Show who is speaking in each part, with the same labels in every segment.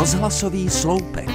Speaker 1: Rozhlasový sloupek.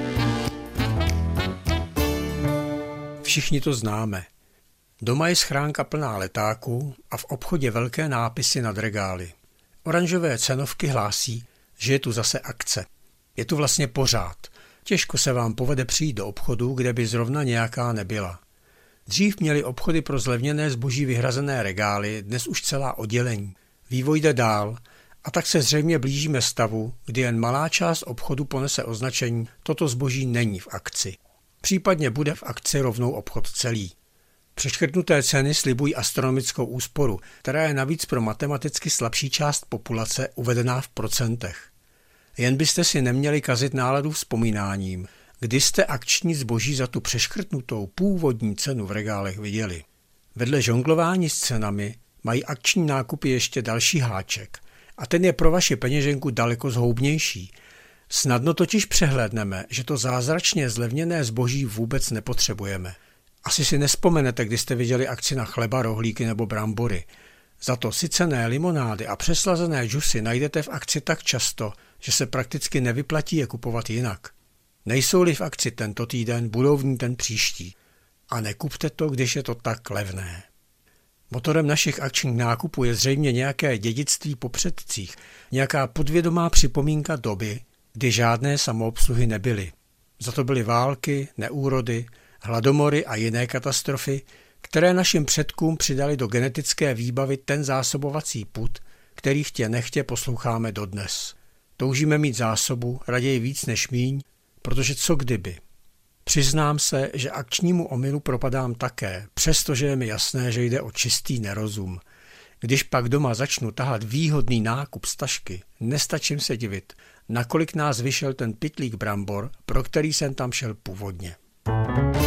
Speaker 2: Všichni to známe. Doma je schránka plná letáků a v obchodě velké nápisy nad regály. Oranžové cenovky hlásí, že je tu zase akce. Je tu vlastně pořád. Těžko se vám povede přijít do obchodu, kde by zrovna nějaká nebyla. Dřív měli obchody pro zlevněné zboží vyhrazené regály, dnes už celá oddělení. Vývoj jde dál a tak se zřejmě blížíme stavu, kdy jen malá část obchodu ponese označení "toto zboží není v akci". Případně bude v akci rovnou obchod celý. Přeškrtnuté ceny slibují astronomickou úsporu, která je navíc pro matematicky slabší část populace uvedená v procentech. Jen byste si neměli kazit náladu vzpomínáním, kdy jste akční zboží za tu přeškrtnutou původní cenu v regálech viděli. Vedle žonglování s cenami mají akční nákupy ještě další háček a ten je pro vaši peněženku daleko zhoubnější. Snadno totiž přehlédneme, že to zázračně zlevněné zboží vůbec nepotřebujeme. Asi si nevzpomenete, kdy jste viděli akci na chleba, rohlíky nebo brambory. Za to sycené limonády a přeslazené džusy najdete v akci tak často, že se prakticky nevyplatí je kupovat jinak. Nejsou-li v akci tento týden, budou v ní ten příští. A nekupte to, když je to tak levné. Motorem našich akčních nákupů je zřejmě nějaké dědictví po předcích, nějaká podvědomá připomínka doby, kdy žádné samoobsluhy nebyly. Za to byly války, neúrody, hladomory a jiné katastrofy, které našim předkům přidali do genetické výbavy ten zásobovací pud, který chtě nechtě posloucháme dodnes. Toužíme mít zásobu, raději víc než míň, protože co kdyby. Přiznám se, že akčnímu omylu propadám také, přestože je mi jasné, že jde o čistý nerozum. Když pak doma začnu tahat výhodný nákup z tašky, nestačím se divit, nakolik nás vyšel ten pytlík brambor, pro který jsem tam šel původně.